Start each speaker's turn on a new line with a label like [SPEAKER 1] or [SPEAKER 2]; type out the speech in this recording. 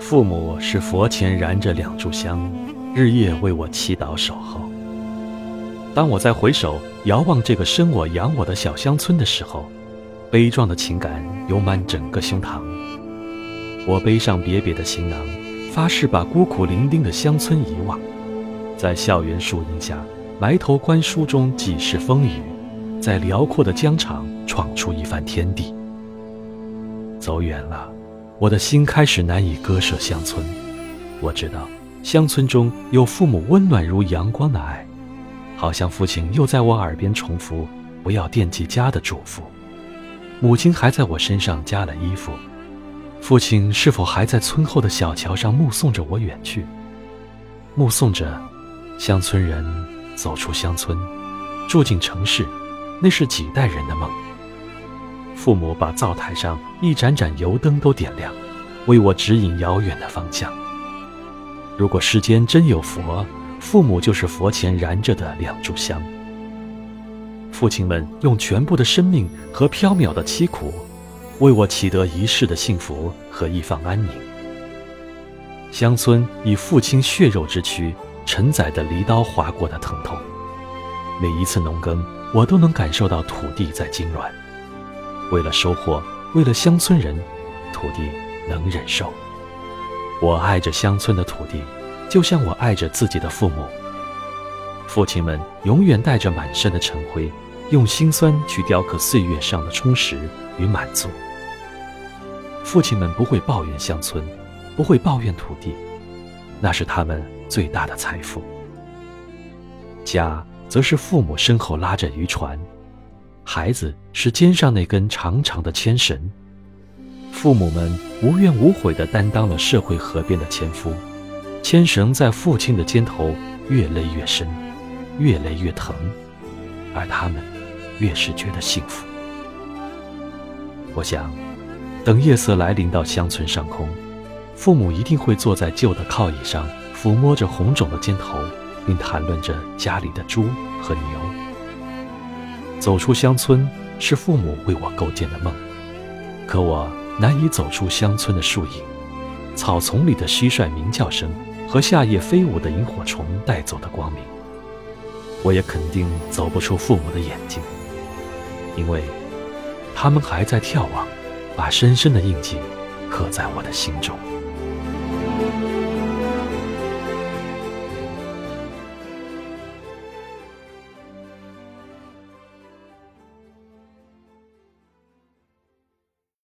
[SPEAKER 1] 父母是佛前燃着2炷香，日夜为我祈祷守候。当我再回首遥望这个生我养我的小乡村的时候，悲壮的情感涌满整个胸膛。我背上瘪瘪的行囊，发誓把孤苦伶仃的乡村遗忘，在校园树荫下埋头观书中几世风雨，在辽阔的疆场闯出一番天地。走远了，我的心开始难以割舍乡村。我知道乡村中有父母温暖如阳光的爱，好像父亲又在我耳边重复不要惦记家的嘱咐。母亲还在我身上加了衣服，父亲是否还在村后的小桥上目送着我远去，目送着乡村人走出乡村，住进城市，那是几代人的梦。父母把灶台上一盏盏油灯都点亮，为我指引遥远的方向。如果世间真有佛，父母就是佛前燃着的2炷香。父亲们用全部的生命和缥缈的凄苦，为我祈得一世的幸福和一方安宁。乡村以父亲血肉之躯承载的犁刀划过的疼痛，每一次农耕，我都能感受到土地在痉挛。为了收获，为了乡村人，土地能忍受。我爱着乡村的土地，就像我爱着自己的父母。父亲们永远带着满身的尘灰，用辛酸去雕刻岁月上的充实与满足。父亲们不会抱怨乡村，不会抱怨土地，那是他们最大的财富。家则是父母身后拉着渔船，孩子是肩上那根长长的牵绳。父母们无怨无悔地担当了社会河边的纤夫，牵绳在父亲的肩头越勒越深，越勒越疼，而他们越是觉得幸福。我想，等夜色来临到乡村上空，父母一定会坐在旧的靠椅上，抚摸着红肿的肩头，并谈论着家里的猪和牛。走出乡村是父母为我构建的梦，可我难以走出乡村的树影，草丛里的蟋蟀鸣叫声和夏夜飞舞的萤火虫带走的光明。我也肯定走不出父母的眼睛，因为他们还在眺望，把深深的印记刻在我的心中。